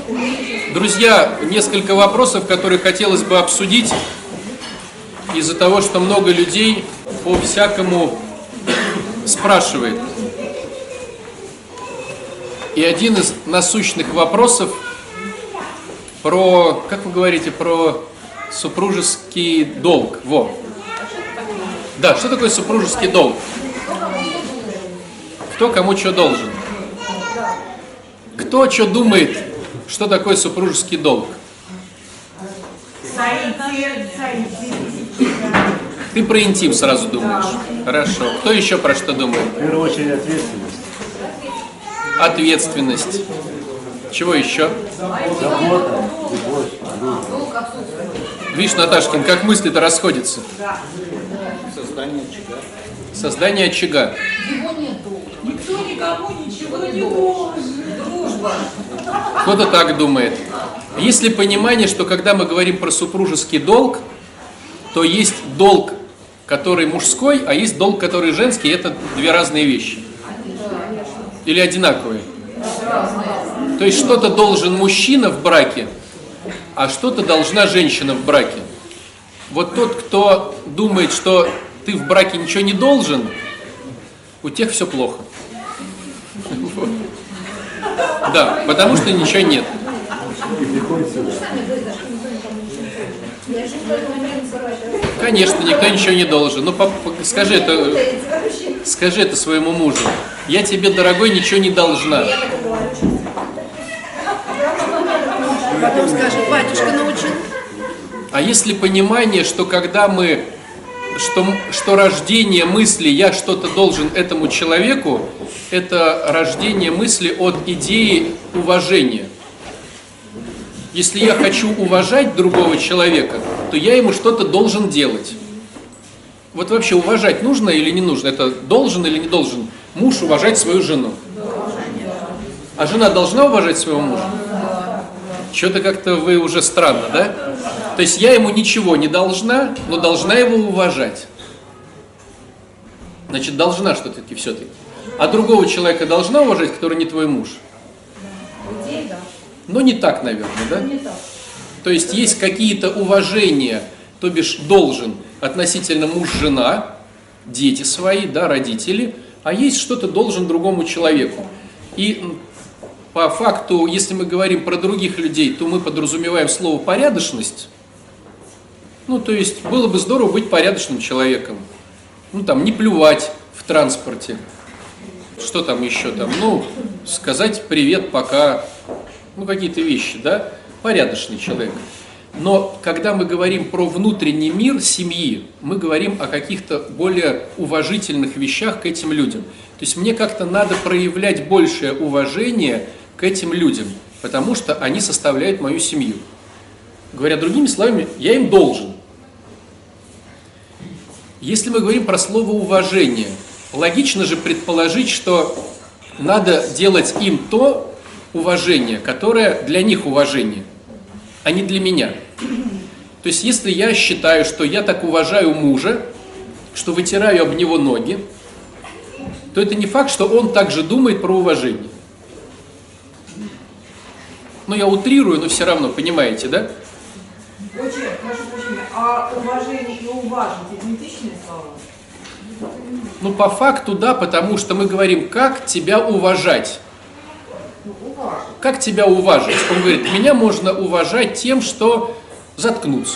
Друзья, несколько вопросов, которые хотелось бы обсудить из-за того, что много людей по-всякому спрашивает. И один из насущных вопросов про, как вы говорите, про супружеский долг. Во. Да, что такое супружеский долг? Кто кому что должен? Кто что думает, что такое супружеский долг? Ты про интим сразу думаешь. Хорошо. Кто еще про что думает? В первую очередь ответственность. Ответственность. Чего еще? Забота, любовь, дружба. Видишь, Наташкин, как мысли-то расходятся. Создание очага. Создание очага. Его нету. Никто никому ничего не должен. Дружба. Кто-то так думает. Есть ли понимание, что когда мы говорим про супружеский долг, то есть долг, который мужской, а есть долг, который женский, и это две разные вещи? Или одинаковые? То есть что-то должен мужчина в браке, а что-то должна женщина в браке. Вот тот, кто думает, что ты в браке ничего не должен, у тех все плохо. Вот. Да, потому что ничего нет. Конечно, никто ничего не должен. Ну, скажи это своему мужу. Я тебе, дорогой, ничего не должна. Потом скажет, батюшка научил. А есть ли понимание, что когда мы, что рождение мысли «я что-то должен этому человеку», это рождение мысли от идеи уважения. Если я хочу уважать другого человека, то я ему что-то должен делать. Вот вообще уважать нужно или не нужно? Это должен или не должен муж уважать свою жену? А жена должна уважать своего мужа? Что-то как-то вы уже странно, да? То есть я ему ничего не должна, но должна его уважать. Значит, должна что-таки все-таки. А другого человека должна уважать, который не твой муж? Но не так, наверное, да? То есть есть какие-то уважения, то бишь должен относительно муж-жена, дети свои, да, родители, а есть что-то должен другому человеку. И по факту, если мы говорим про других людей, то мы подразумеваем слово порядочность. Ну, то есть было бы здорово быть порядочным человеком. Ну, там, не плювать в транспорте. Что там еще там? Ну, сказать привет, пока. Ну, какие-то вещи, да? Порядочный человек. Но когда мы говорим про внутренний мир семьи, мы говорим о каких-то более уважительных вещах к этим людям. То есть мне как-то надо проявлять большее уважение к этим людям, потому что они составляют мою семью. Говоря другими словами, я им должен. Если мы говорим про слово уважение, логично же предположить, что надо делать им то уважение, которое для них уважение, а не для меня. То есть, если я считаю, что я так уважаю мужа, что вытираю об него ноги, то это не факт, что он также думает про уважение. Ну, я утрирую, но все равно, понимаете, да? Очень, прошу прощения, а уважение и уважить – это идентичные слова? Ну, по факту, да, потому что мы говорим, как тебя уважать. Как тебя уважить? Он говорит, меня можно уважать тем, что заткнуться.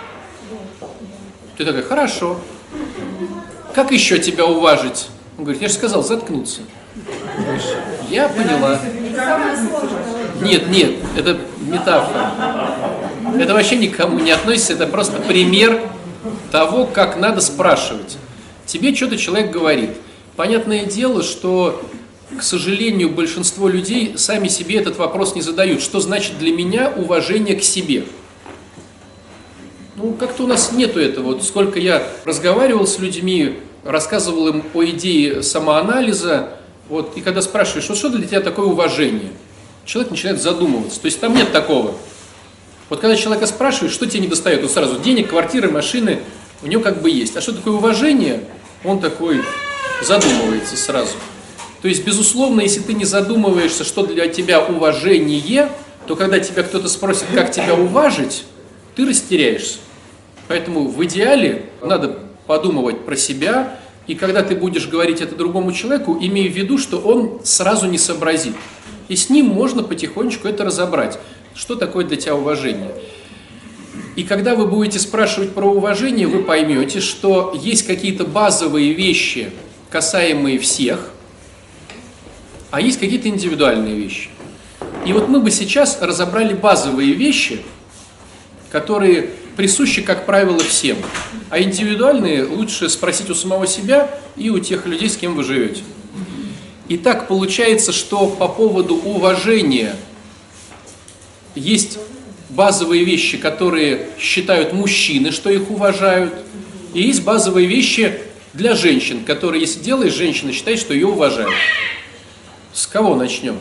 Ты такой, хорошо. Как еще тебя уважить? Он говорит, я же сказал, заткнуться. Я поняла. Нет, это метафора. Это вообще никому не относится, это просто пример того, как надо спрашивать. Тебе что-то человек говорит. Понятное дело, что, к сожалению, большинство людей сами себе этот вопрос не задают. Что значит для меня уважение к себе? Ну, как-то у нас нету этого. Вот сколько я разговаривал с людьми, рассказывал им о идее самоанализа, вот, и когда спрашиваешь, что для тебя такое уважение? Человек начинает задумываться. То есть там нет такого. Вот когда человека спрашиваешь, что тебе не достает, он сразу денег, квартиры, машины, у него как бы есть. А что такое уважение? Он такой задумывается сразу. То есть, безусловно, если ты не задумываешься, что для тебя уважение, то когда тебя кто-то спросит, как тебя уважить, ты растеряешься. Поэтому в идеале надо подумывать про себя, и когда ты будешь говорить это другому человеку, имей в виду, что он сразу не сообразит. И с ним можно потихонечку это разобрать. Что такое для тебя уважение? И когда вы будете спрашивать про уважение, вы поймете, что есть какие-то базовые вещи, касаемые всех, а есть какие-то индивидуальные вещи. И вот мы бы сейчас разобрали базовые вещи, которые присущи, как правило, всем. А индивидуальные лучше спросить у самого себя и у тех людей, с кем вы живете. И так получается, что по поводу уважения есть базовые вещи, которые считают мужчины, что их уважают, и есть базовые вещи для женщин, которые, если делаешь, женщина считает, что ее уважают. С кого начнем?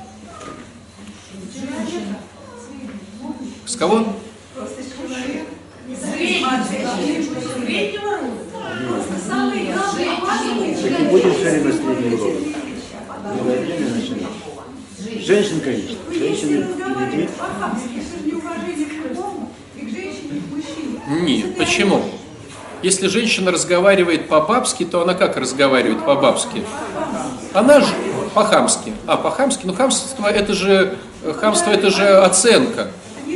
С кого? Так не будем все время средним родом. Женщин, конечно. Женщины, люди. Нет, почему? Если женщина разговаривает по-бабски, то она как разговаривает по-бабски? Она же по-хамски. А по-хамски? Ну, хамство это же оценка.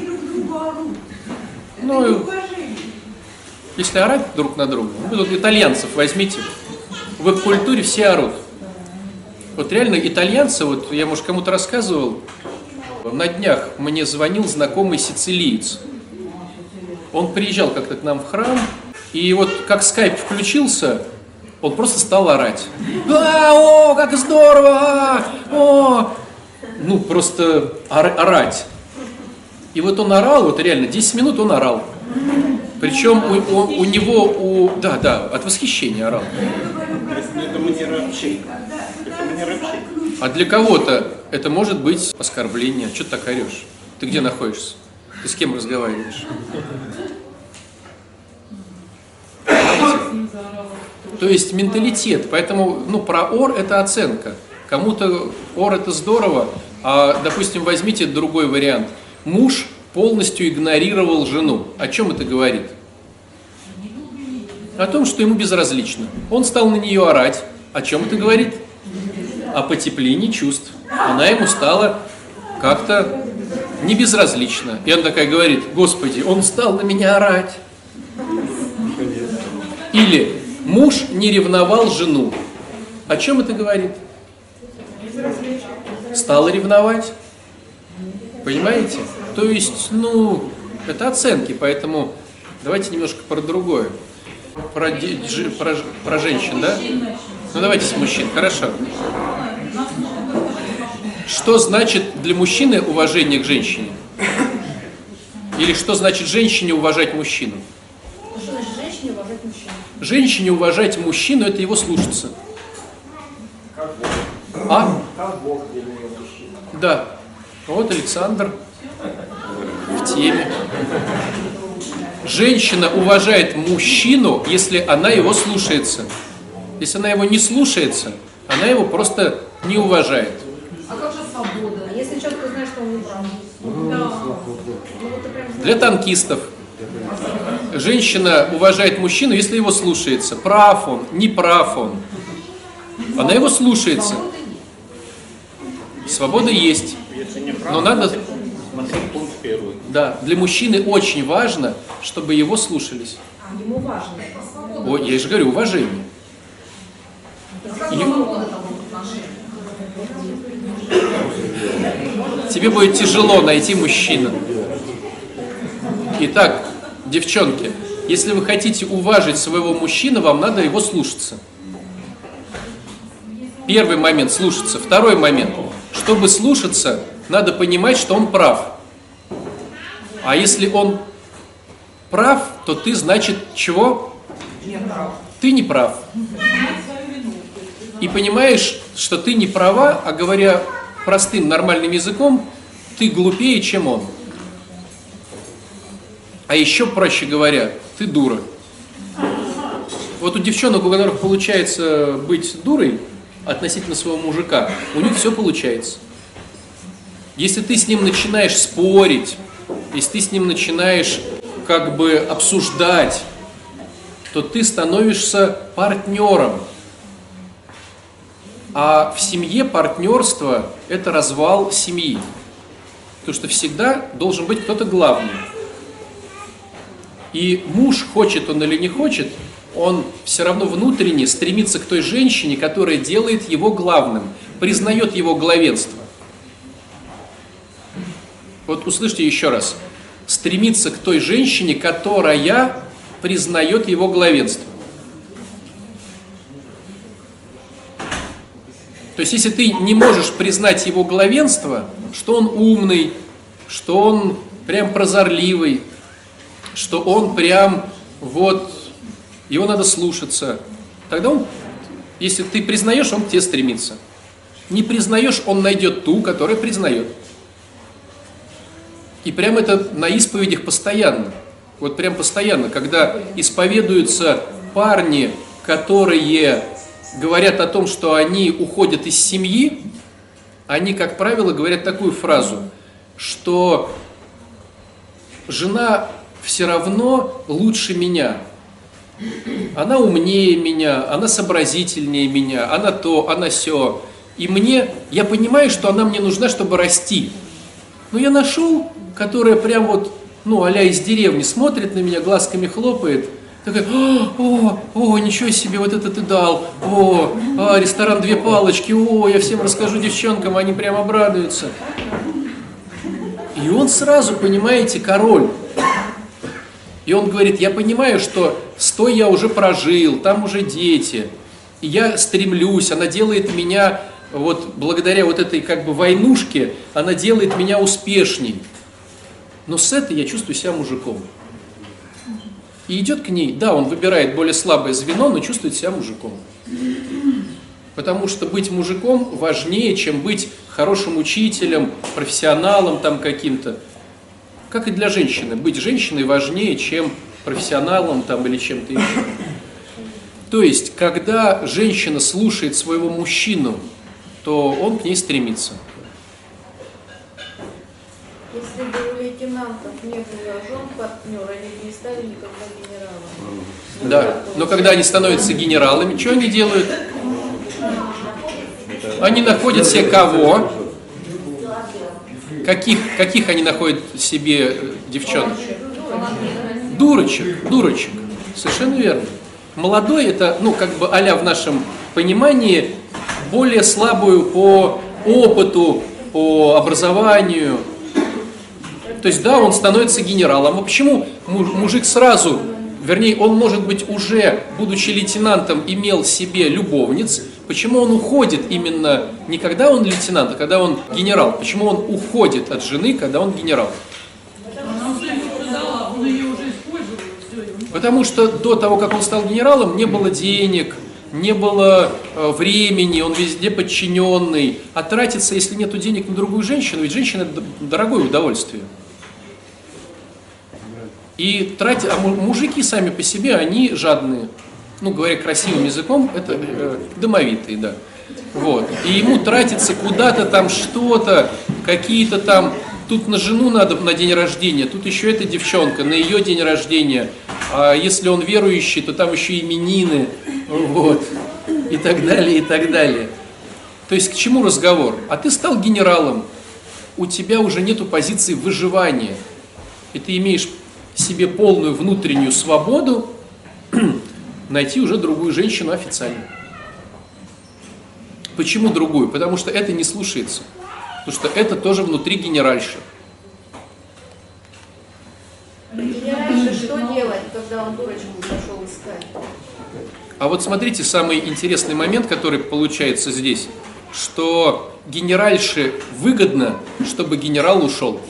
Ну, если орать друг на друга, вы тут итальянцев возьмите, в веб-культуре все орут. Вот реально итальянцы, вот я, может, кому-то рассказывал, на днях мне звонил знакомый сицилиец. Он приезжал как-то к нам в храм, и вот как скайп включился, он просто стал орать. О, как здорово! О! Ну, просто орать. И вот он орал, вот реально, 10 минут он орал. Причем у него, да, от восхищения орал. Это манера общения. А для кого-то это может быть оскорбление. Что ты так орешь? Ты где находишься? Ты с кем разговариваешь? То есть менталитет. Поэтому, про ор это оценка. Кому-то ор это здорово, а, допустим, возьмите другой вариант. Муж полностью игнорировал жену. О чем это говорит? О том, что ему безразлично. Он стал на нее орать. О чем это говорит? О потеплении чувств. Она ему стала как-то не безразлична. И она такая говорит: Господи, он стал на меня орать. Или муж не ревновал жену. О чем это говорит? Стала ревновать. Понимаете? То есть, это оценки, поэтому давайте немножко про другое. Про женщин, да? Ну давайте с мужчин, хорошо. Что значит для мужчины уважение к женщине? Или что значит женщине уважать мужчину? Что значит женщине уважать мужчину? Женщине уважать мужчину — это его слушаться. А? Да. Вот Александр в теме. Женщина уважает мужчину, если она его слушается. Если она его не слушается, она его просто не уважает. А как же свобода? А если четко знаешь, что он не прав? Для танкистов. Женщина уважает мужчину, если его слушается. Прав он, не прав он. Она его слушается. Свобода есть. Но надо... Смотреть пункт первый. Да, для мужчины очень важно, чтобы его слушались. Ему важно. Ой, я же говорю, уважение. Тебе будет тяжело найти мужчину. Итак, девчонки, если вы хотите уважить своего мужчину, вам надо его слушаться. Первый момент — слушаться. Второй момент — чтобы слушаться, надо понимать, что он прав. А если он прав, то ты, значит, чего? Ты не прав. И понимаешь, что ты не права, а говоря простым нормальным языком, ты глупее, чем он. А еще проще говоря, ты дура. Вот у девчонок, у которых получается быть дурой относительно своего мужика, у них все получается. Если ты с ним начинаешь спорить, если ты с ним начинаешь как бы обсуждать, то ты становишься партнером. А в семье партнерство – это развал семьи. Потому что всегда должен быть кто-то главный. И муж, хочет он или не хочет, он все равно внутренне стремится к той женщине, которая делает его главным, признает его главенство. Вот услышьте еще раз. Стремится к той женщине, которая признает его главенство. То есть, если ты не можешь признать его главенство, что он умный, что он прям прозорливый, что он прям вот, его надо слушаться, тогда он, если ты признаешь, он к тебе стремится. Не признаешь, он найдет ту, которая признает. И прям это на исповедях постоянно. Вот прям постоянно, когда исповедуются парни, которые говорят о том, что они уходят из семьи, они, как правило, говорят такую фразу, что жена все равно лучше меня. Она умнее меня, она сообразительнее меня, она то, она сё. И я понимаю, что она мне нужна, чтобы расти. Но я нашел, которая прям вот, а-ля из деревни, смотрит на меня, глазками хлопает, такая: о, ничего себе, вот это ты дал, ресторан «Две палочки», я всем расскажу девчонкам, они прям обрадуются. И он сразу, понимаете, король. И он говорит: я понимаю, что 100 я уже прожил, там уже дети, и я стремлюсь, она делает меня, вот благодаря вот этой как бы войнушке, она делает меня успешней. Но с этой я чувствую себя мужиком. И идет к ней, да, он выбирает более слабое звено, но чувствует себя мужиком. Потому что быть мужиком важнее, чем быть хорошим учителем, профессионалом там каким-то. Как и для женщины. Быть женщиной важнее, чем профессионалом там или чем-то еще. То есть, когда женщина слушает своего мужчину, то он к ней стремится. Если бы у лейтенантов не было жен партнера, они бы не стали никогда генералами. Да, но когда они становятся генералами, что они делают? Они находят себе кого? Каких они находят себе девчонок? Дурочек. Совершенно верно. Молодой — это, как бы а-ля в нашем понимании, более слабую по опыту, по образованию. То есть, да, он становится генералом. А почему мужик сразу, вернее, он, может быть, уже, будучи лейтенантом, имел себе любовниц? Почему он уходит именно не когда он лейтенант, а когда он генерал? Почему он уходит от жены, когда он генерал? Потому что до того, как он стал генералом, не было денег, не было времени, он везде подчиненный. А тратиться, если нет денег на другую женщину, ведь женщина — это дорогое удовольствие. А мужики сами по себе, они жадные. Говоря красивым языком, это домовитые, да. Вот. И ему тратиться куда-то там что-то, какие-то там, тут на жену надо на день рождения, тут еще эта девчонка, на ее день рождения. А если он верующий, то там еще именины, вот. И так далее, и так далее. То есть к чему разговор? А ты стал генералом, у тебя уже нету позиции выживания. И ты имеешь себе полную внутреннюю свободу найти уже другую женщину официально. Почему другую? Потому что это не слушается. Потому что это тоже внутри генеральши. Генеральша что делать, когда он дурочку пошел искать? А вот смотрите, самый интересный момент, который получается здесь, что генеральше выгодно, чтобы генерал ушел.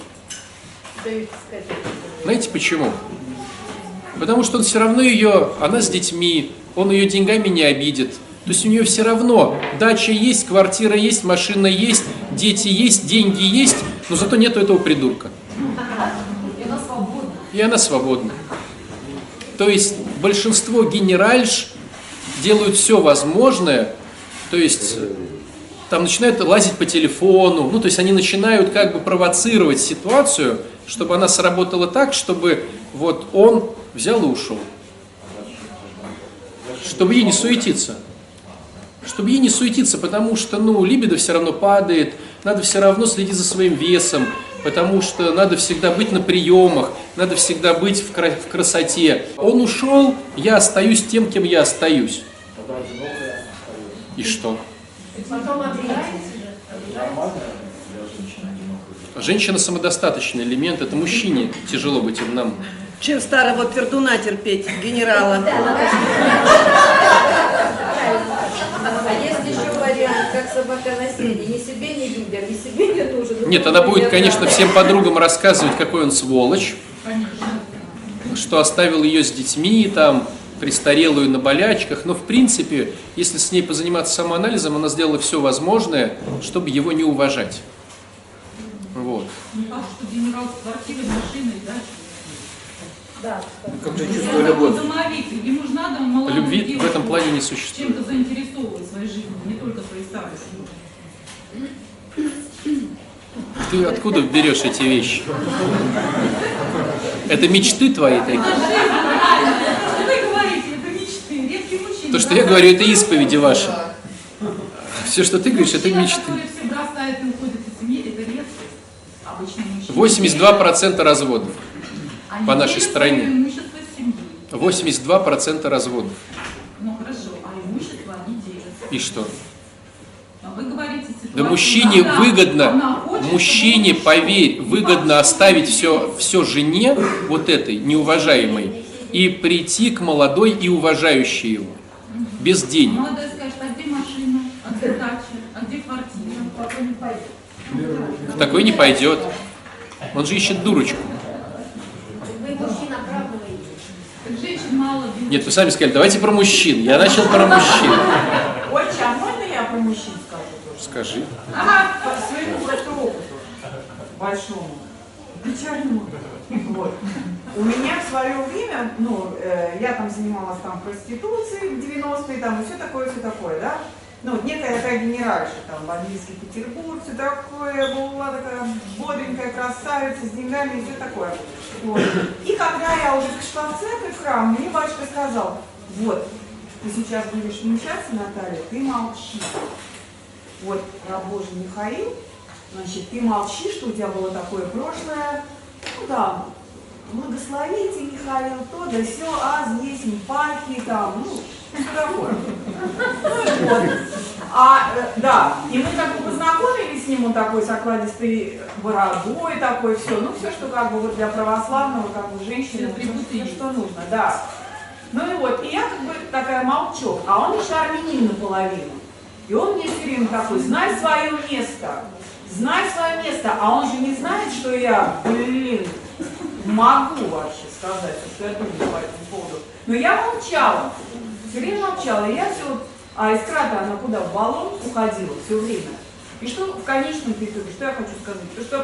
Знаете почему? Потому что он все равно она с детьми, он ее деньгами не обидит. То есть у нее все равно дача есть, квартира есть, машина есть, дети есть, деньги есть, но зато нету этого придурка. И она свободна. То есть большинство генеральш делают все возможное, то есть там начинают лазить по телефону, ну, то есть они начинают как бы провоцировать ситуацию, чтобы она сработала так, чтобы вот он взял и ушел. Чтобы ей не суетиться. Чтобы ей не суетиться, потому что, ну, либидо все равно падает, надо все равно следить за своим весом, потому что надо всегда быть на приемах, надо всегда быть в красоте. Он ушел, я остаюсь тем, кем я остаюсь. И что? Потом обижается. Женщина самодостаточный элемент, это мужчине тяжело быть одному. Чем старого пердуна терпеть, генерала? А есть еще вариант, как собака на сене. Ни себе не людям, ни себе не нужен. Нет, она будет, конечно, всем подругам рассказывать, какой он сволочь, что оставил ее с детьми, там, престарелую на болячках, но в принципе, если с ней позаниматься самоанализом, она сделала все возможное, чтобы его не уважать. Вот. Не факт, что генерал с квартирой, машиной, да? Да. Как-то чувство Он такой любовь. домовитый, ему же надо молодую Любви в девушку этом плане не существует. чем-то заинтересовывать в своей жизни, не только своей старостью. Ты откуда берешь эти вещи? Это мечты твои такие? Что вы говорите, это мечты, редкий мужчина. То, что я говорю, это исповеди ваши. Все, что ты говоришь, это Мужчина, мечты. который все бросает и уходит из семьи, это редкость. Обычно мужчина. 82% разводов Они по нашей делят стране. свое имущество с семьей. 82% разводов. Ну хорошо, а имущество они делят. И что? А вы говорите ситуацию, Да мужчине когда выгодно, она хочет, мужчине, чтобы поверь, выгодно оставить все жене, вот этой, неуважаемой, и прийти к молодой и уважающей его, без денег. Молодая скажет, а где машина, а где дача, а где квартира? В такой не пойдет. Он же ищет дурочку. Вы мужчин оправдываете. Так женщин мало видно. Нет, вы сами сказали, давайте про мужчин. Я начал про мужчин. Отче, а можно я про мужчин скажу тоже? Скажи. Ага, по своему просто опыту большому, печальному. Вот. У меня в свое время, ну, я там занималась там проституцией в 90-е, там, и все такое, да? Ну, вот некая такая генеральша, там, бандитский Петербург, все такое, была такая бодренькая красавица с деньгами и все такое. Вот. И когда я уже пришла в церковь, в храм, мне батюшка сказал, вот, ты сейчас будешь венчаться, Наталья, ты молчи. Вот, раб Божий Михаил, значит, ты молчи, что у тебя было такое прошлое, ну да, благословите, Михаил, то, да все, здесь пальки, там, ну, все такое. Ну, вот. Да, и мы как бы познакомились с ним, он такой с окладистой бородой, такой, все, ну, все, что как бы вот для православного, как бы, женщины, все, что нужно, да. Ну и вот, и я как бы такая молчок, а он еще армянин наполовину. И он мне все время такой, знай свое место, а он же не знает, что я, могу вообще сказать, что я думаю по этому поводу. Но я молчала, все время молчала, и я все вот, а искра-то она куда, в баллон уходила все время. И что в конечном итоге, что я хочу сказать, то что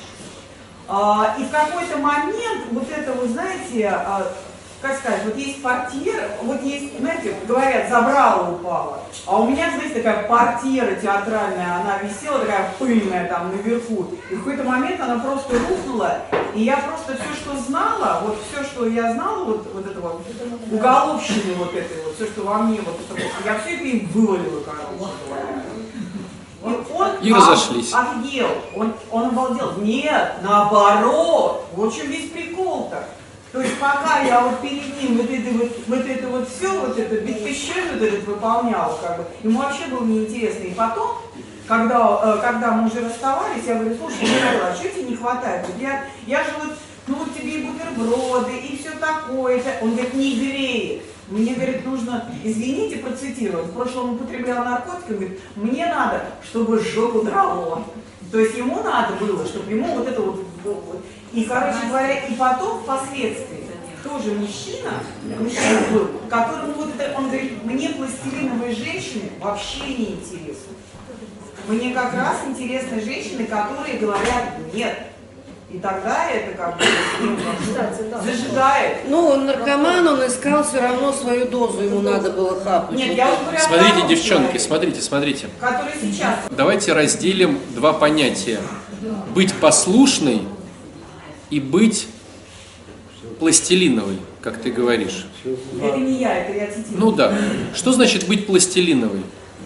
и в какой-то момент вот это, вы знаете, как сказать, вот есть портьера, вот есть, знаете, говорят, забрала упала. А у меня, знаете, такая портьера театральная, она висела такая пыльная там наверху. И в какой-то момент она просто рухнула. И я просто все, что знала, вот все, что я знала, вот это вот, уголовщины вот этой вот, все, что во мне, вот это вот, я все это им вывалила, короче говоря. И он И разошлись. офигел, он обалдел. Нет, наоборот, в чем весь прикол-то. То есть пока я вот перед ним вот это все, вот это беспещерно вот это выполняла, как бы, ему вообще было неинтересно. И потом, когда мы уже расставались, я говорю, слушай, Михаил, а что тебе не хватает? Вот я же вот, ну вот тебе и бутерброды, и все такое. Он говорит, не греет. Мне, говорит, нужно, извините, процитировать, в прошлом употреблял наркотики, он говорит, мне надо, чтобы жопу драло. То есть ему надо было, чтобы ему вот это вот. И, короче говоря, и потом, впоследствии, тоже мужчина был, которому вот это, он говорит, мне пластилиновые женщины вообще не интересны. Мне как раз интересны женщины, которые говорят нет. И тогда это как бы зажигает. Ну, наркоман, он искал все равно свою дозу, ему надо было хапать. Нет, я вот говорю о Смотрите, здоровом девчонки, человеке, смотрите. который сейчас. Давайте разделим два понятия. Быть послушной и быть пластилиновой, как ты говоришь. Это не я, это я цитирую. Ну да. Что значит быть пластилиновой?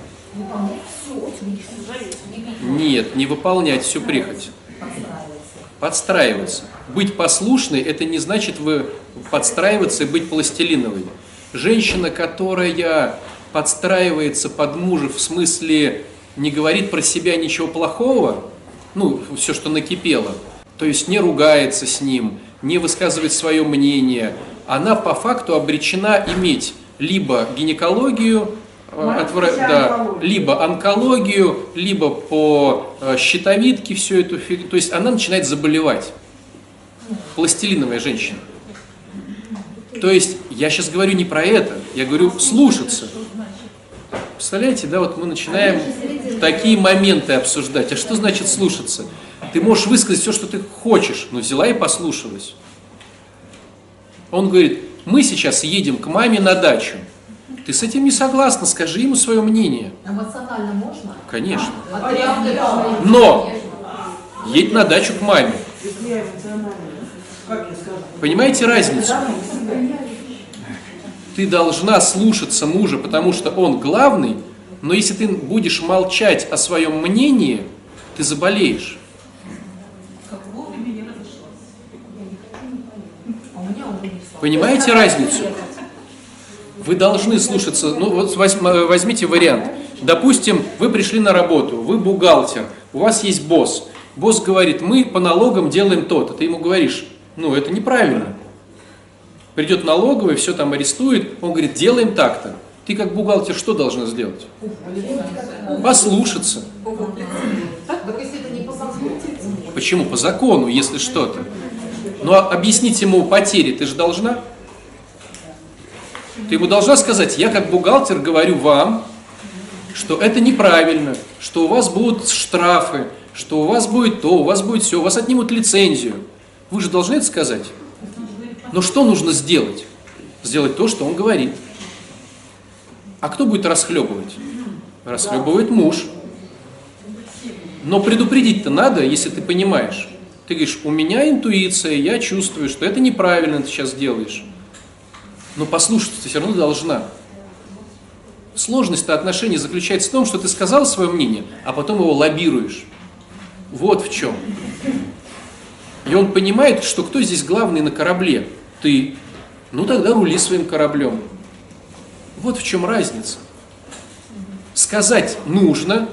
Нет, не выполнять всю прихоть. Подстраиваться. Быть послушной – это не значит вы подстраиваться и быть пластилиновой. Женщина, которая подстраивается под мужа, в смысле не говорит про себя ничего плохого, ну, все, что накипело, то есть не ругается с ним, не высказывает свое мнение, она по факту обречена иметь либо гинекологию, либо онкологию, либо по щитовидке всю эту фигню. То есть она начинает заболевать. Пластилиновая женщина. То есть я сейчас говорю не про это, я говорю слушаться. Представляете, да, вот мы начинаем такие моменты обсуждать. А что значит слушаться? Ты можешь высказать все, что ты хочешь, но взяла и послушалась. Он говорит, мы сейчас едем к маме на дачу. Ты с этим не согласна, скажи ему свое мнение. Эмоционально можно? Конечно. Материально. Но едь на дачу к маме. Если я эмоционально, как я скажу? Понимаете разницу? Ты должна слушаться мужа, потому что он главный, но если ты будешь молчать о своем мнении, ты заболеешь. Понимаете разницу? Вы должны слушаться. Ну вот возьмите вариант. Допустим, вы пришли на работу, вы бухгалтер, у вас есть босс. Босс говорит, мы по налогам делаем то-то. Ты ему говоришь, ну это неправильно. Придет налоговый, все там арестует, он говорит, делаем так-то. Ты как бухгалтер что должна сделать? Послушаться. Почему? По закону, если что-то. Ну а объяснить ему потери ты же должна. Ты ему должна сказать, я как бухгалтер говорю вам, что это неправильно, что у вас будут штрафы, что у вас будет то, у вас будет все, у вас отнимут лицензию. Вы же должны это сказать. Но что нужно сделать? Сделать то, что он говорит. А кто будет расхлебывать? Расхлебывает муж. Но предупредить-то надо, если ты понимаешь. Ты говоришь, у меня интуиция, я чувствую, что это неправильно ты сейчас делаешь. Но послушать ты все равно должна. Сложность-то отношений заключается в том, что ты сказал свое мнение, а потом его лоббируешь. Вот в чем. И он понимает, что кто здесь главный на корабле? Ты. Ну тогда рули своим кораблем. Вот в чем разница. Сказать нужно,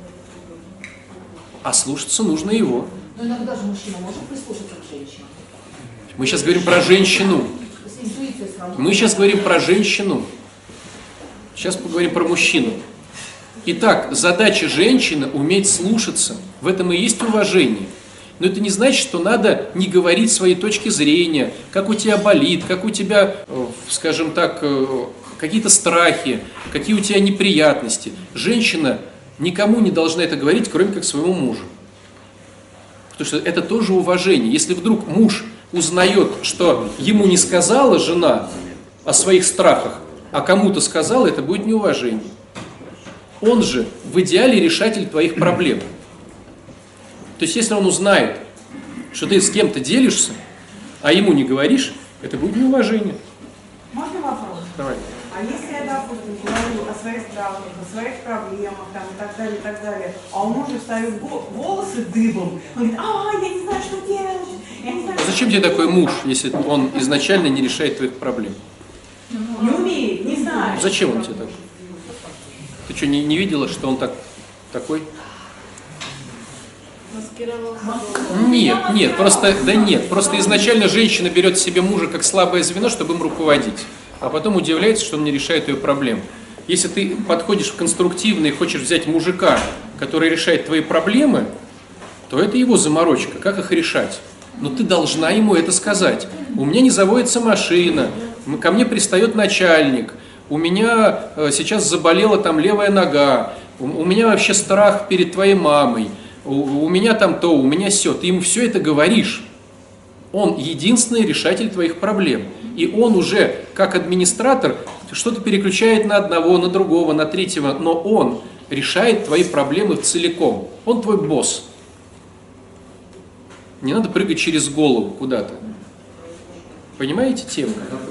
а слушаться нужно его. Но иногда же мужчина может прислушаться к женщине. Мы сейчас говорим про женщину. Мы сейчас говорим про женщину. Сейчас поговорим про мужчину. Итак, задача женщины уметь слушаться. В этом и есть уважение. Но это не значит, что надо не говорить своей точки зрения, как у тебя болит, как у тебя, скажем так, какие-то страхи, какие у тебя неприятности. Женщина никому не должна это говорить, кроме как своему мужу. Потому что это тоже уважение. Если вдруг муж узнает, что ему не сказала жена о своих страхах, а кому-то сказала, это будет неуважение. Он же в идеале решатель твоих проблем. То есть, если он узнает, что ты с кем-то делишься, а ему не говоришь, это будет неуважение. Можно вопрос? Давай. А если я, допустим, говорю о своих страхах, о своих проблемах там, и так далее, а у мужа встают волосы дыбом, он говорит, я не знаю, что делать, я не знаю, Зачем тебе такой муж, если он изначально не решает твоих проблем? не умеет, не знает. Зачем он тебе такой? Ты что, не видела, что он такой? Нет, просто изначально женщина берет себе мужа как слабое звено, чтобы им руководить, а потом удивляется, что он не решает ее проблем. Если ты подходишь конструктивно и хочешь взять мужика, который решает твои проблемы, то это его заморочка, как их решать. Но ты должна ему это сказать. У меня не заводится машина, ко мне пристает начальник, у меня сейчас заболела там левая нога, у меня вообще страх перед твоей мамой, у меня там то, у меня сё. Ты ему все это говоришь. Он единственный решатель твоих проблем. И он уже, как администратор, что-то переключает на одного, на другого, на третьего, но он решает твои проблемы целиком. Он твой босс. Не надо прыгать через голову куда-то. Понимаете тему?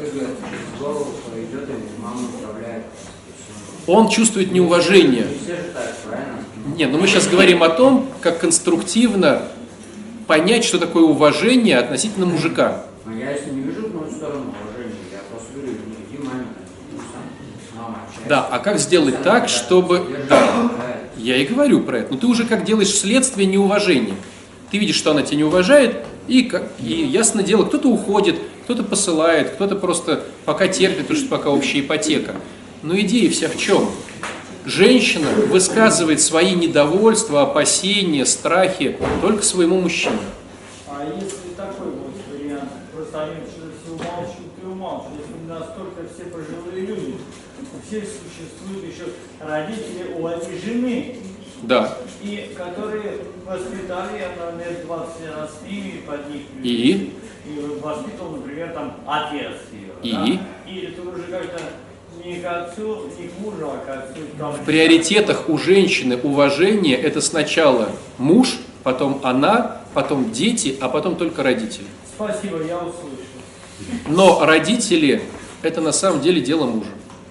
Он чувствует неуважение. Нет, но мы сейчас говорим о том, как конструктивно понять, что такое уважение относительно мужика. Я если не вижу в мою сторону уважения, я просто говорю, иди маме, Да, а как сделать так, чтобы... Да, я и говорю про это. Но ты уже как делаешь следствие неуважения. Ты видишь, что она тебя не уважает, и ясно дело, кто-то уходит, кто-то посылает, кто-то просто пока терпит, потому что пока общая ипотека. Но идея вся в чем? Женщина высказывает свои недовольства, опасения, страхи только своему мужчине. А если такой вот вариант, просто они все умалчивают и умалчивают, если настолько все пожилые люди, все существуют еще родители у этой жены, Да. и которые воспитали, она лет 20 она с ними, под них И воспитывал, например, там отец ее. И? Да? И это уже как-то не к отцу, не к мужу, а к отцу. В приоритетах у женщины уважение – это сначала муж, потом она, потом дети, а потом только родители. Спасибо, я услышал. Но родители – это на самом деле дело мужа.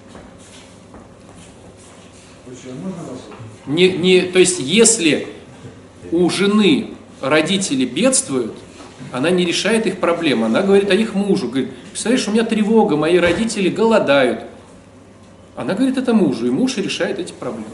То есть, если у жены родители бедствуют, она не решает их проблемы, она говорит о их мужу. Говорит, представляешь, у меня тревога, мои родители голодают. Она говорит это мужу, и муж решает эти проблемы.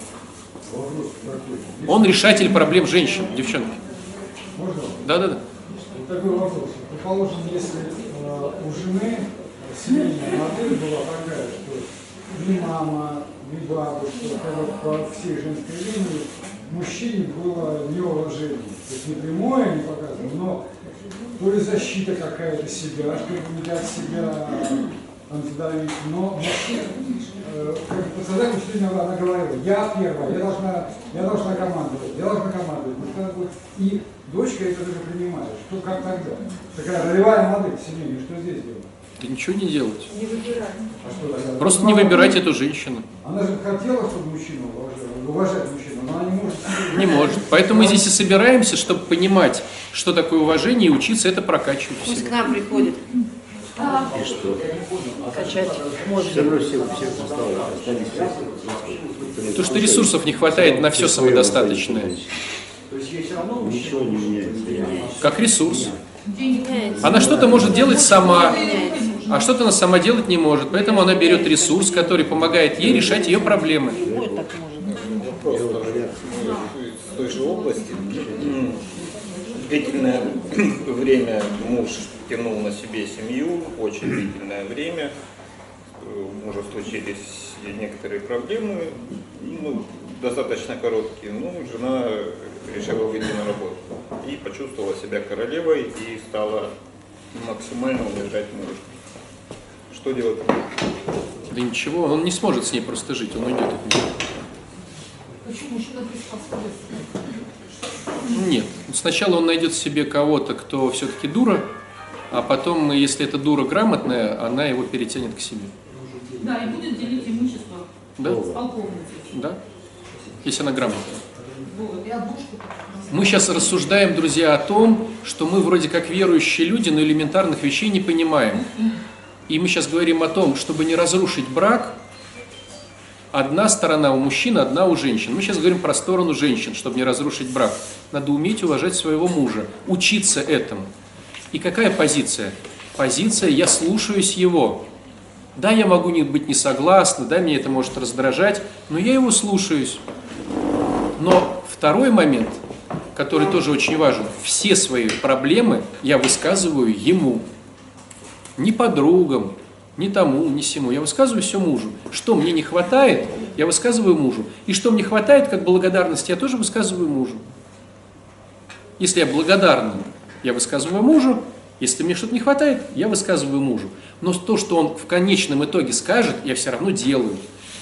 Он решатель проблем женщин, девчонки. Можно? Да. Вот такой вопрос. Предположим, если у жены семейная модель была такая, что ни мама, ни бабушка, по всей женской линии мужчине было неуважение. То есть не прямое, не показано, но то ли защита какая-то себя, чтобы не дать себя антидавить, но мужчина, как подсознательно, что она говорила, я первая, я должна командовать, и дочка это даже принимает. Что, как тогда? Такая ролевая модель семейная, что здесь делать? Да ничего не делать. Не выбирать. А что тогда? Просто не выбирать эту женщину. Она же хотела, чтобы мужчину уважать мужчину, но она не может. Не может. Поэтому мы здесь и собираемся, чтобы понимать, что такое уважение, и учиться это прокачивать. Пусть к нам приходит. И что? Качать Все равно все осталось, остались все. То, что ресурсов не хватает на все самодостаточное. Ничего не меняется. Как ресурс. Она что-то может делать сама, а что-то она сама делать не может. Поэтому она берет ресурс, который помогает ей решать ее проблемы. В той же области длительное время муж тянул на себе семью, очень длительное время. У мужа случились некоторые проблемы, достаточно короткие, но жена решила выйти на работу и почувствовала себя королевой и стала максимально уважать мужа. Что делать? Да ничего, он не сможет с ней просто жить, он уйдет от нее. Почему мужчина Нет, сначала он найдет себе кого-то, кто все-таки дура, а потом, если эта дура грамотная, она его перетянет к себе. Да, и будет делить имущество Да? с полковницей. Да? Если она грамотная. Вот, и однушку. Мы сейчас рассуждаем, друзья, о том, что мы вроде как верующие люди, но элементарных вещей не понимаем. И мы сейчас говорим о том, чтобы не разрушить брак, одна сторона у мужчин, одна у женщин. Мы сейчас говорим про сторону женщин, чтобы не разрушить брак. Надо уметь уважать своего мужа, учиться этому. И какая позиция? Позиция «я слушаюсь его». Да, я могу быть не согласна, да, меня это может раздражать, но я его слушаюсь. Но второй момент, который тоже очень важен, все свои проблемы я высказываю ему. Не подругам, не тому, не сему. Я высказываю все мужу. Что мне не хватает, я высказываю мужу. И что мне хватает, как благодарность, я тоже высказываю мужу. Если я благодарна, я высказываю мужу. Если мне что-то не хватает, я высказываю мужу. Но то, что он в конечном итоге скажет, я все равно делаю.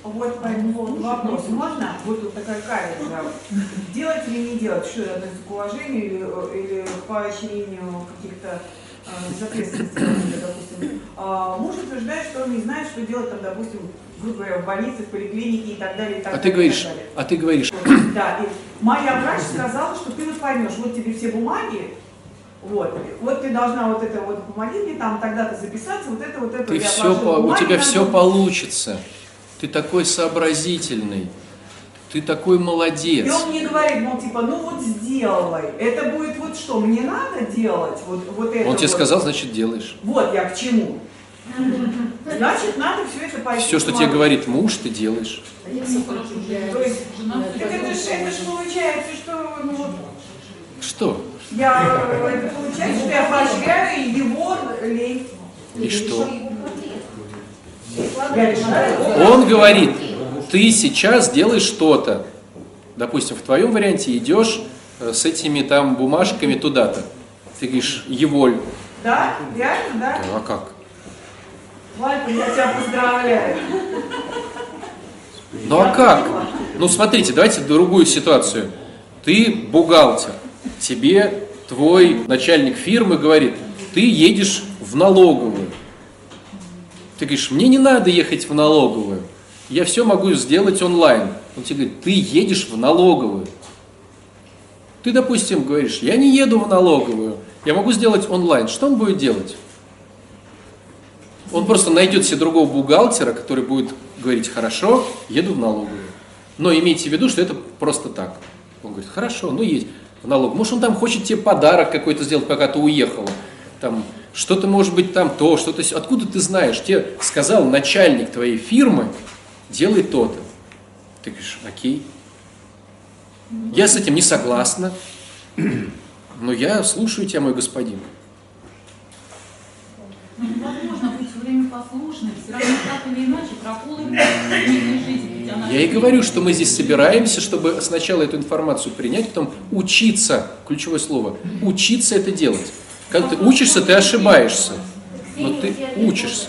Вот по этому поводу вопрос. Можно? Вот тут такая каверза. Делать или не делать? Что это относится к уважению или к поощрению каких-то безответственностей? Допустим, муж утверждает, что он не знает, что делать, там, допустим, грубо говоря, в больнице, в поликлинике и так далее. И так А ты говоришь. Да, и моя врач сказала, что ты вот поймешь, вот тебе все бумаги, вот ты должна вот это вот, помоги мне там тогда-то записаться, вот это. У тебя все получится. Ты такой сообразительный. Ты такой молодец. И он мне говорит, мол, типа, ну вот сделай. Это будет вот что, мне надо делать? Вот это Он тебе вот. сказал, значит делаешь. Вот я к чему. Значит, надо все это пойти. Все, что тебе говорит муж, ты делаешь. То есть, так это ж получается, что, ну вот. Что? Это получается, что я поощряю его лень. И что? Я решаю. Он говорит, ты сейчас делаешь что-то. Допустим, в твоем варианте идешь с этими там бумажками туда-то. Ты говоришь, Еволь. Да, реально, да? А как? Валька, я тебя поздравляю. Ну а как? Ну смотрите, давайте другую ситуацию. Ты бухгалтер. Тебе твой начальник фирмы говорит, ты едешь в налоговую. Ты говоришь, мне не надо ехать в налоговую. Я все могу сделать онлайн. Он тебе говорит, ты едешь в налоговую. Ты, допустим, говоришь, я не еду в налоговую. Я могу сделать онлайн. Что он будет делать? Он просто найдет себе другого бухгалтера, который будет говорить, хорошо, еду в налоговую. Но имейте в виду, что это просто так. Он говорит, хорошо, ну едь в налоговую. Может, он там хочет тебе подарок какой-то сделать, пока ты уехала. Там что-то может быть там то, что-то... Откуда ты знаешь? Тебе сказал начальник твоей фирмы, делай то-то. Ты говоришь, окей. Я с этим не согласна, но я слушаю тебя, мой господин. Невозможно быть все время послушным, все равно так или иначе проколы в личной жизни. Я и говорю, что мы здесь собираемся, чтобы сначала эту информацию принять, потом учиться, ключевое слово, учиться это делать. Когда ты учишься, ты ошибаешься, но ты учишься.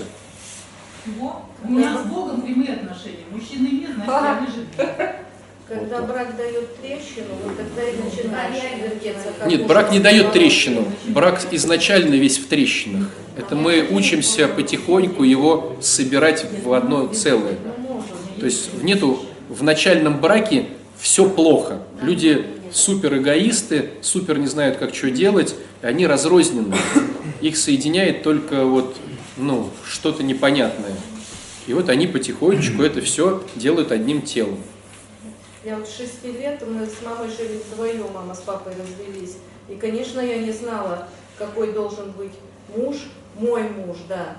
У меня с Богом прямые отношения. Мужчины нет, значит, я выживу. Когда брак дает трещину, вот тогда и начинаешь вертеться. Нет, брак не дает трещину. Брак изначально весь в трещинах. Это мы учимся потихоньку его собирать в одно целое. То есть нету в начальном браке все плохо. Люди супер эгоисты, супер не знают, как что делать, и они разрозненные. Их соединяет только вот, что-то непонятное. И вот они потихонечку это все делают одним телом. Я вот с 6 лет, мы с мамой жили вдвоем, мама с папой развелись. И, конечно, я не знала, какой должен быть муж, мой муж, да.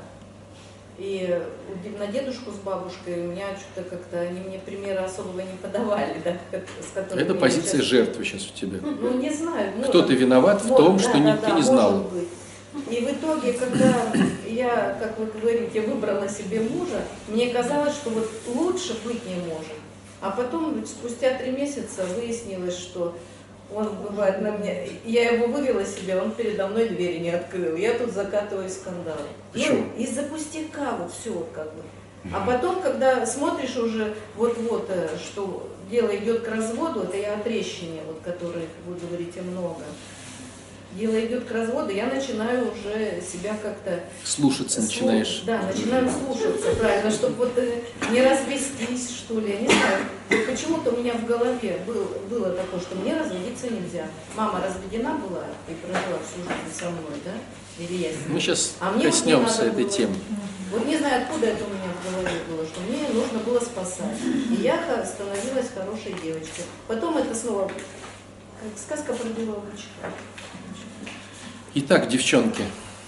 И на дедушку с бабушкой у меня что-то как-то, они мне примера особого не подавали, да, с которыми... Это позиция жертвы сейчас у тебя. Ну, не знаю. Кто-то виноват в том, что ты не знала. И в итоге, когда я, как вы говорите, выбрала себе мужа, мне казалось, что вот лучше быть не может. А потом, спустя 3 месяца, выяснилось, что он бывает на мне, я его вывела себе, он передо мной двери не открыл. Я тут закатываю скандал. Почему? Ну, из-за пустяка вот все вот как бы. А потом, когда смотришь уже вот-вот, что дело идет к разводу, это я о трещине, вот, которой вы говорите много. Дело идет к разводу, я начинаю уже себя как-то... Слушаться начинаешь. Да, начинаю слушаться, правильно, чтобы вот не развестись, что ли, я не знаю. Вот почему-то у меня в голове было такое, что мне разводиться нельзя. Мама разведена была и прожила всю жизнь со мной, да? Или я с ней. Мы сейчас А мне коснемся вот этой темы. Вот не знаю, откуда это у меня в голове было, что мне нужно было спасать. И я становилась хорошей девочкой. Потом это снова, как сказка про белого бычка. Итак, девчонки,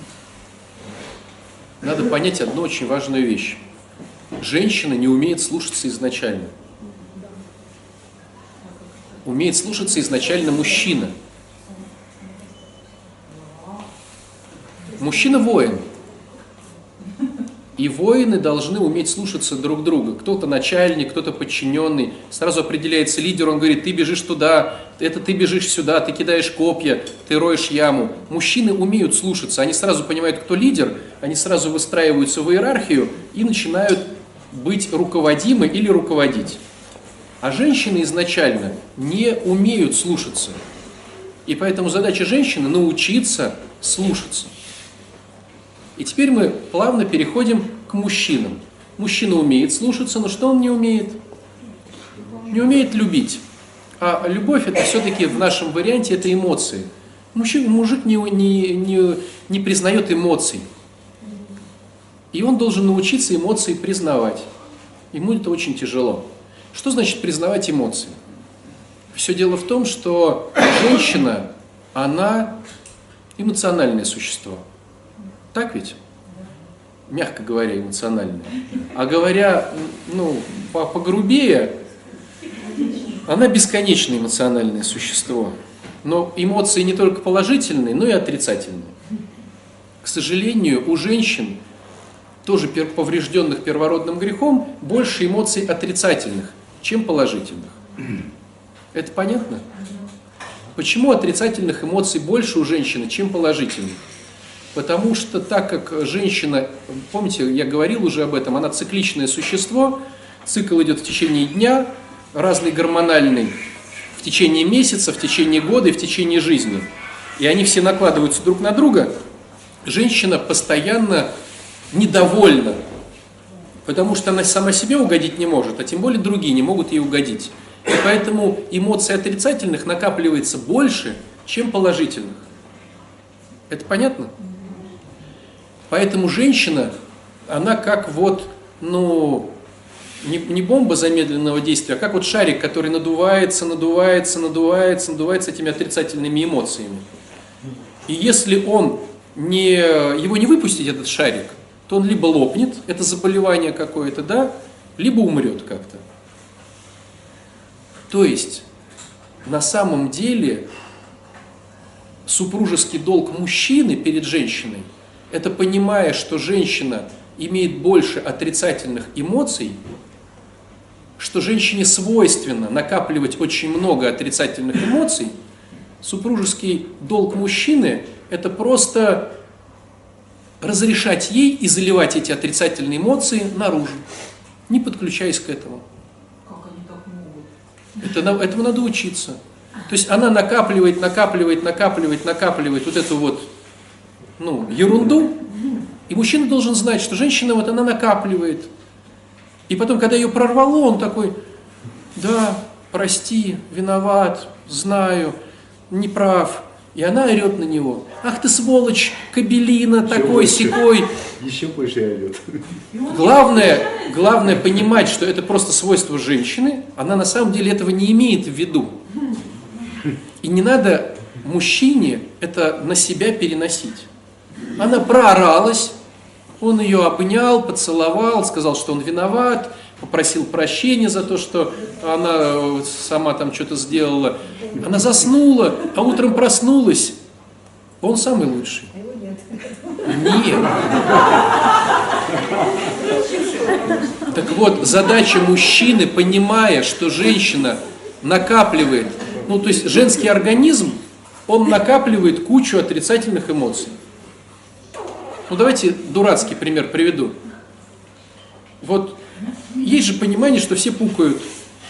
надо понять одну очень важную вещь. Женщина не умеет слушаться изначально. Умеет слушаться изначально мужчина. Мужчина воин. И воины должны уметь слушаться друг друга. Кто-то начальник, кто-то подчиненный. Сразу определяется лидер, он говорит, ты бежишь туда, это ты бежишь сюда, ты кидаешь копья, ты роешь яму. Мужчины умеют слушаться, они сразу понимают, кто лидер, они сразу выстраиваются в иерархию и начинают быть руководимой или руководить. А женщины изначально не умеют слушаться. И поэтому задача женщины – научиться слушаться. И теперь мы плавно переходим к мужчинам. Мужчина умеет слушаться, но что он не умеет? Не умеет любить. А любовь – это все-таки в нашем варианте это эмоции. Мужик не признает эмоций. И он должен научиться эмоции признавать. Ему это очень тяжело. Что значит признавать эмоции? Все дело в том, что женщина, она эмоциональное существо. Так ведь? Мягко говоря, эмоциональное. А говоря, погрубее, она бесконечно эмоциональное существо. Но эмоции не только положительные, но и отрицательные. К сожалению, у женщин, тоже поврежденных первородным грехом, больше эмоций отрицательных, чем положительных. Это понятно? Почему отрицательных эмоций больше у женщины, чем положительных? Потому что так как женщина, помните, я говорил уже об этом, она цикличное существо, цикл идет в течение дня, разный гормональный, в течение месяца, в течение года и в течение жизни. И они все накладываются друг на друга. Женщина постоянно недовольна, потому что она сама себе угодить не может, а тем более другие не могут ей угодить. И поэтому эмоций отрицательных накапливается больше, чем положительных. Это понятно? Поэтому женщина, она как не бомба замедленного действия, а как вот шарик, который надувается этими отрицательными эмоциями. И если его не выпустить, этот шарик, то он либо лопнет, это заболевание какое-то, да, либо умрет как-то. То есть, на самом деле, супружеский долг мужчины перед женщиной, это понимая, что женщина имеет больше отрицательных эмоций, что женщине свойственно накапливать очень много отрицательных эмоций, супружеский долг мужчины – это просто разрешать ей и заливать эти отрицательные эмоции наружу, не подключаясь к этому. Как они так могут? Этому надо учиться. То есть она накапливает вот эту ерунду, и мужчина должен знать, что женщина она накапливает. И потом, когда ее прорвало, он такой: да, прости, виноват, знаю, не прав. И она орет на него: ах ты сволочь, кобелина, такой-сякой. Еще больше орет. Главное понимать, что это просто свойство женщины, она на самом деле этого не имеет в виду. И не надо мужчине это на себя переносить. Она прооралась, он ее обнял, поцеловал, сказал, что он виноват, попросил прощения за то, что она сама там что-то сделала. Она заснула, а утром проснулась. Он самый лучший. Нет. Так вот, задача мужчины, понимая, что женщина накапливает, то есть женский организм, он накапливает кучу отрицательных эмоций. Давайте дурацкий пример приведу. Вот есть же понимание, что все пукают.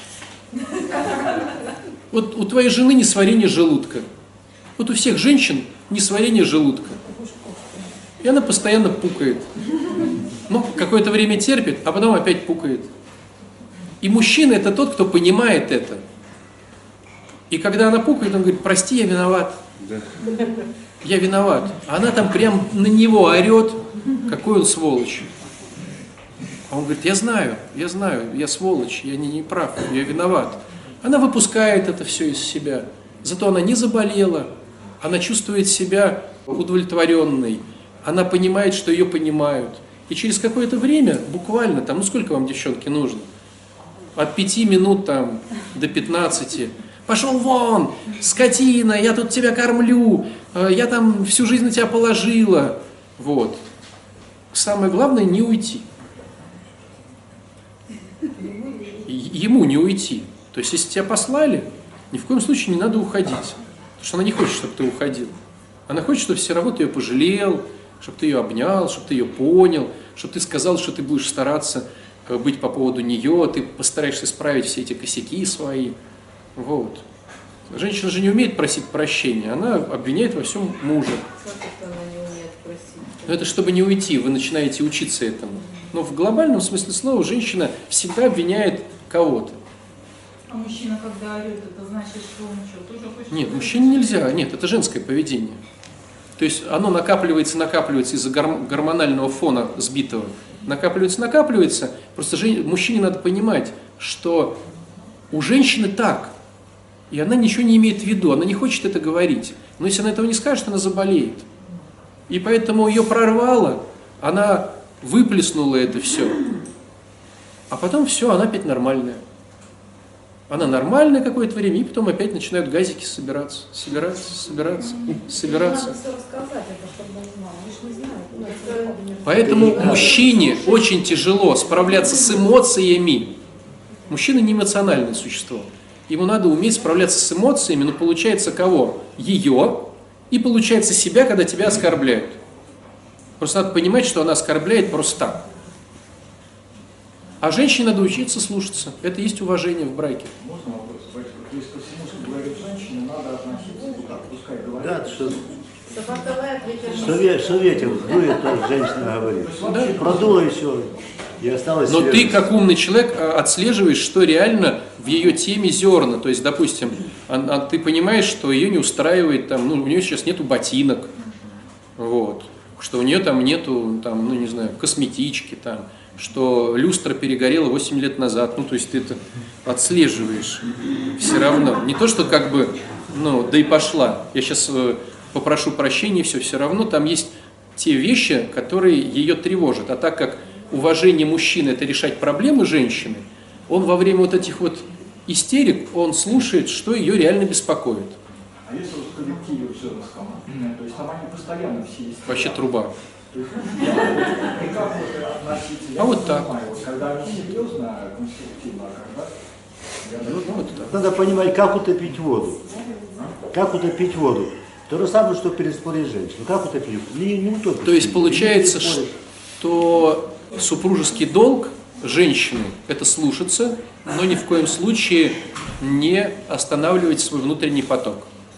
Вот у твоей жены несварение желудка. Вот у всех женщин несварение желудка. И она постоянно пукает. Какое-то время терпит, а потом опять пукает. И мужчина – это тот, кто понимает это. И когда она пукает, он говорит: прости, я виноват. Я виноват. А она там прям на него орет, какой он сволочь. А он говорит: я знаю, я сволочь, я не прав, я виноват. Она выпускает это все из себя. Зато она не заболела, она чувствует себя удовлетворенной, она понимает, что ее понимают. И через какое-то время, буквально, сколько вам, девчонки, нужно? От 5 минут до 15. Пошел вон, скотина, я тут тебя кормлю, я там всю жизнь на тебя положила. Вот. Самое главное — не уйти. Ему не уйти. То есть, если тебя послали, ни в коем случае не надо уходить. Потому что она не хочет, чтобы ты уходил. Она хочет, чтобы все равно ты ее пожалел, чтобы ты ее обнял, чтобы ты ее понял, чтобы ты сказал, что ты будешь стараться быть по поводу нее, ты постараешься исправить все эти косяки свои. Вот. Женщина же не умеет просить прощения, она обвиняет во всем мужа. Как это она не умеет просить? Но это чтобы не уйти, вы начинаете учиться этому. Но в глобальном смысле слова женщина всегда обвиняет кого-то. А мужчина, когда орет, это значит, что он что, тоже хочет... Нет, мужчине нельзя, нет, это женское поведение. То есть оно накапливается из-за гормонального фона сбитого. Накапливается. Просто мужчине надо понимать, что у женщины так. И она ничего не имеет в виду, она не хочет это говорить. Но если она этого не скажет, она заболеет. И поэтому ее прорвало, она выплеснула это все. А потом все, она опять нормальная. Она нормальная какое-то время, и потом опять начинают газики собираться. Надо все рассказать, это чтобы он знал. Мы же не знаем. Поэтому мужчине очень тяжело справляться с эмоциями. Мужчина не эмоциональное существо. Ему надо уметь справляться с эмоциями, но получается кого? Ее, и получается себя, когда тебя оскорбляют. Просто надо понимать, что она оскорбляет просто так. А женщине надо учиться слушаться. Это есть уважение в браке. Можно вопрос? То есть ко всему, что говорит женщина, надо относиться, как пускай говорит. Да, что Собака лает, ветер что ветер дует, то женщина говорит. Да. Продуло и все. И осталось. Но ты, свежесть. как умный человек, отслеживаешь, что реально в ее теме зерна. То есть, допустим, ты понимаешь, что ее не устраивает, там, у нее сейчас нету ботинок, вот, что у нее там нету, там, не знаю, косметички, там, что люстра перегорела 8 лет назад. То есть ты это отслеживаешь все равно. Не то, что как бы, да и пошла. Я сейчас попрошу прощения, все равно там есть те вещи, которые ее тревожат. А так как уважение мужчины – это решать проблемы женщины, он во время вот этих вот истерик, он слушает, что ее реально беспокоит. А если вот в коллективе все рассказано, то есть там они постоянно все есть. Вообще труба. То есть, и как вот относиться? Я вот так. понимаю, когда они серьезно, конструктивно, а когда... Надо понимать, как утопить воду. Как утопить воду. То же самое, что переспорить женщину. Как утопить? Не утопить. То есть получается, что супружеский долг женщины – это слушаться, но ни в коем случае не останавливать свой внутренний поток.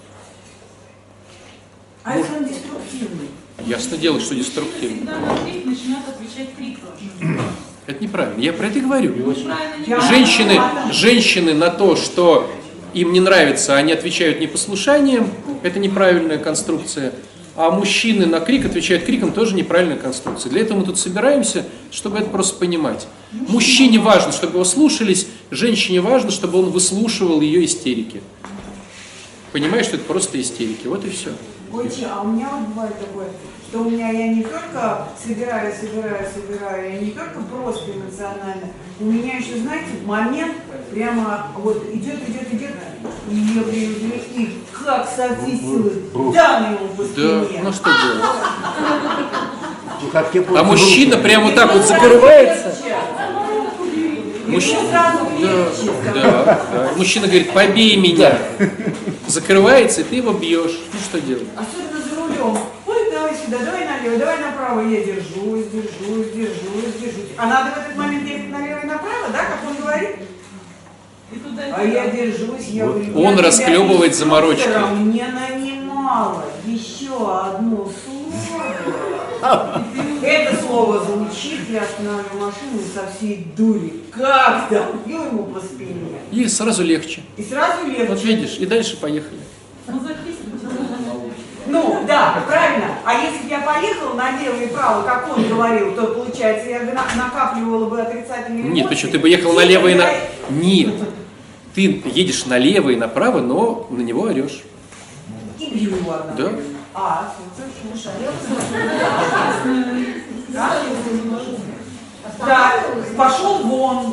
А если он деструктивный? Ясно дело, что деструктивно. Всегда на крик начинают отвечать криком. Это неправильно. Я про это и говорю. Неправильно не Женщины на то, что им не нравится, они отвечают непослушанием, это неправильная конструкция. А мужчины на крик отвечают криком, тоже неправильная конструкция. Для этого мы тут собираемся, чтобы это просто понимать. Мужчине важно, чтобы его слушались, женщине важно, чтобы он выслушивал ее истерики. Понимаешь, что это просто истерики. Вот и все. Ой, а у меня вот бывает такое, что у меня я не только собираю, я не только просто эмоционально, у меня еще, знаете, момент прямо вот идет, и как со всей силы дам ему по спине. Да, что делать? А мужчина прямо вот так вот закрывается. Мужчина говорит, побей меня. Закрывается, и ты его бьешь. Что делать? Особенно за рулем. Ой, давай сюда, давай налево, давай направо. Я держусь. А надо в этот момент ехать налево и направо, да, как он говорит? А я держусь, я говорю, он расклебывает заморочки. Мне нанимала еще одно слово. Это слово звучит, я останавливаю машину и со всей дури. Как там? Бью ему по спине. И сразу легче. И сразу легче. Вот видишь, и дальше поехали. Ну, да, правильно. А если бы я поехала налево и право, как он говорил, то, получается, я бы накапливала бы отрицательные эмоции. Нет, почему? Ты бы ехал налево и направо. Нет. Ты едешь налево и направо, но на него орешь. И бью его одновременно. Да. А, да, пошел вон.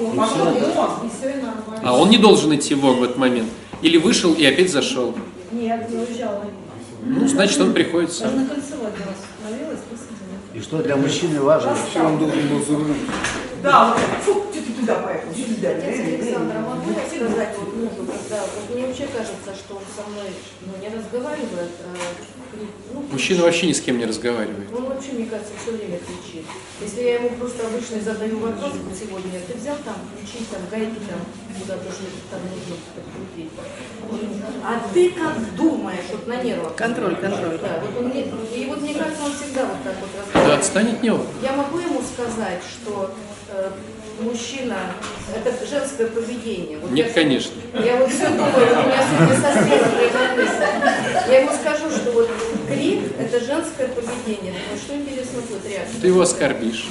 А он не должен идти вон в этот момент. Или вышел и опять зашел. Нет, не уезжала. Ну, значит, он приходит сам. Даже на кольцо один раз остановилась, посадила. И что для мужчины важно? Вообще он должен был зарулить. Да, вот, фу, что ты туда поехал? Отец Александра, могу я сказать вот мужу, когда вот мне вообще кажется, что он со мной не разговаривает, Мужчина вообще ни с кем не разговаривает. он вообще, мне кажется, все время кричит. Если я ему просто обычно задаю вопрос, вот сегодня, ты взял там, включить там гайки там, куда-то что-то там нужно подкрутить. А ты как думаешь, вот на нервах? Контроль. Да, вот он мне, и вот мне кажется, он всегда вот так вот Да, разговаривает. отстань от него. Я могу ему сказать, что мужчина, это женское поведение. Вот Нет, конечно. Я вот все думаю, вот у меня сегодня со светом такая мысль. Я ему скажу, что вот крик – это женское поведение. Думаю, что интересно будет реакция. Ты его оскорбишь.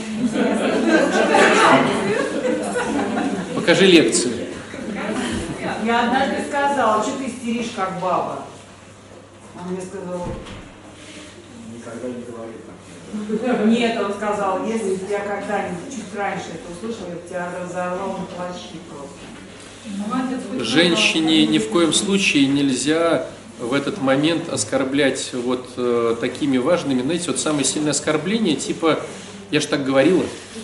Покажи лекцию. Я однажды сказала, что ты истеришь как баба. Он мне сказал, Никогда не говорит. нет, он сказал, если бы я когда-нибудь чуть раньше это услышал, я бы тебя разорвал на плащи просто. Женщине ни в коем случае нельзя в этот момент оскорблять вот такими важными, знаете, вот самое сильное оскорбление, типа, я ж так говорила.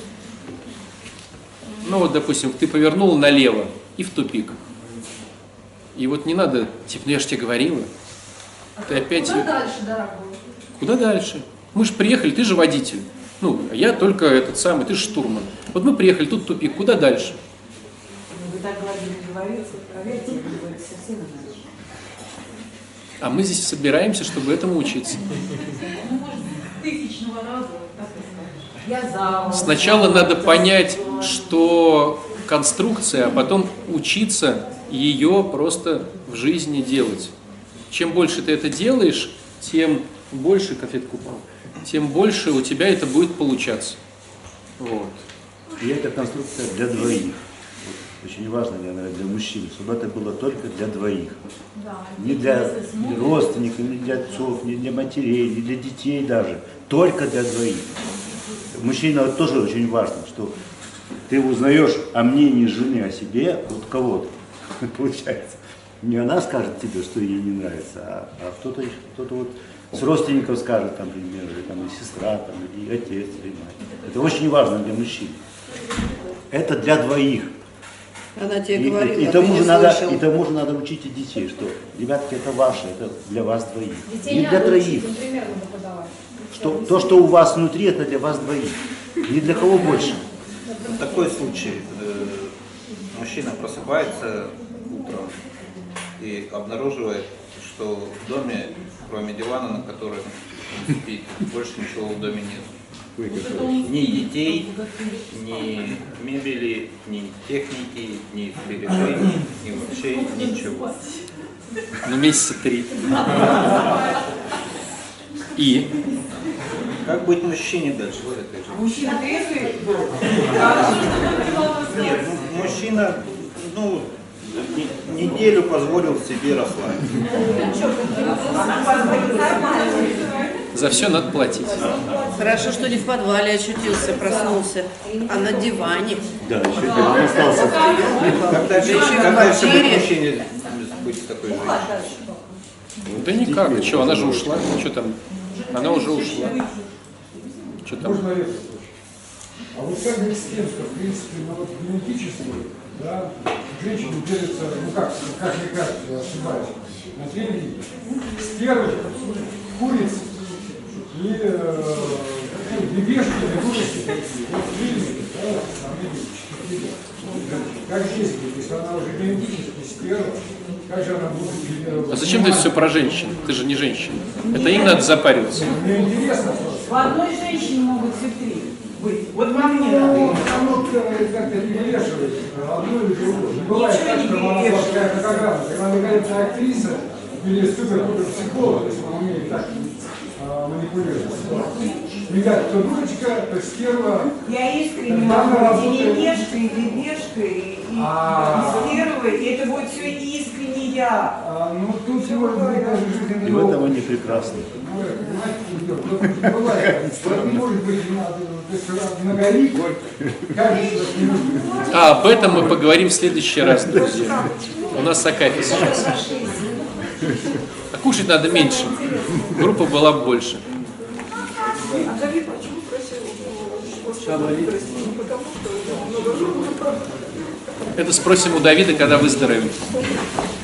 Ну вот, допустим, ты повернул налево и в тупик. И вот не надо, типа, ну я ж тебе говорила. Ты опять... Куда дальше, дорогой? Куда дальше? Мы же приехали, ты же водитель. Ну, а я только этот самый, ты же штурман. Вот мы приехали, тут тупик, куда дальше? Вы так говорите, поверьте, вы говорите совсем иначе. А мы здесь собираемся, чтобы этому учиться. Ну, может, с тысячного раза, так и сказать. Я за. Сначала надо понять, что конструкция, а потом учиться ее просто в жизни делать. Чем больше ты это делаешь, тем больше, конфетку упал, тем больше у тебя это будет получаться. Вот. И эта конструкция для двоих. Вот, очень важно, наверное, для мужчин, чтобы это было только для двоих. Да. Не для родственников, не для отцов, не для матерей, не для детей даже. Только для двоих. Мужчина вот тоже очень важно, что ты узнаешь о мнении жены о себе от кого-то. Получается. Не она скажет тебе, что ей не нравится, а кто-то вот с родственников скажет, там, например, или там, и сестра, там, и отец, или мать. Это очень важно для мужчин. Это для двоих. Она тебе И говорила, тому ты же не надо, слышал. и тому же надо учить и детей, что, ребятки, это ваше, это для вас двоих. Детей Не не для надо троих. учить, им пример надо подавать. Что, то, что у вас внутри, это для вас двоих. Не для кого больше. В такой случай мужчина просыпается утром и обнаруживает, что в доме, кроме дивана, на котором он спит, больше ничего в доме нет. Ни детей, ни мебели, ни техники, ни сбережений, ни вообще ничего. Ну, месяца 3. И? Как быть мужчине дальше в этой жизни? Мужчина трезвый? Нет, ну, мужчина, неделю позволил себе расслабиться. За все надо платить. Хорошо, что не в подвале очутился, проснулся, а на диване. Да, еще диван остался. Как дальше быть мужчине быть с такой женщиной? Да никак, а что, она же ушла, что там, она уже ушла. Что там? Можно это слушать. А вот как быть с тем, что, в принципе, ну вот генетически, да, женщины делятся, ну как мне кажется, я ошибаюсь, на две виды. Стервы, курицы и бебешки, лягушки такие. Вот видите, да, там видите, 4 вида. Как здесь будет, если она уже генетически стерва, как же она будет? А зачем ты все про женщин? Ты же не женщина. Это им надо запариваться. Мне интересно просто. В одной женщине могут все три быть. Вот во мне надо. Оно как-то перевешивает одну или другую. Не бывает так, что она была какая-то программа. Когда вы говорите актриса или супер-психолог, если она умеет так манипулировать. Ребята, то дурочка, то стерва. Я искренне могу быть и невежкой, и лебежкой, и стервой, и это будет все искренне я. Ну тут может быть даже жизненный И в этом опыт. они прекрасны. Ну, понимаете, не бывает. Вот не может быть многолик. Как же это не может быть? А об этом мы поговорим в следующий раз, друзья. У нас Акафи сейчас. А кушать надо меньше. Группа была больше. А Давид почему просил? Потому что много. Это спросим у Давида, когда выздоровеет.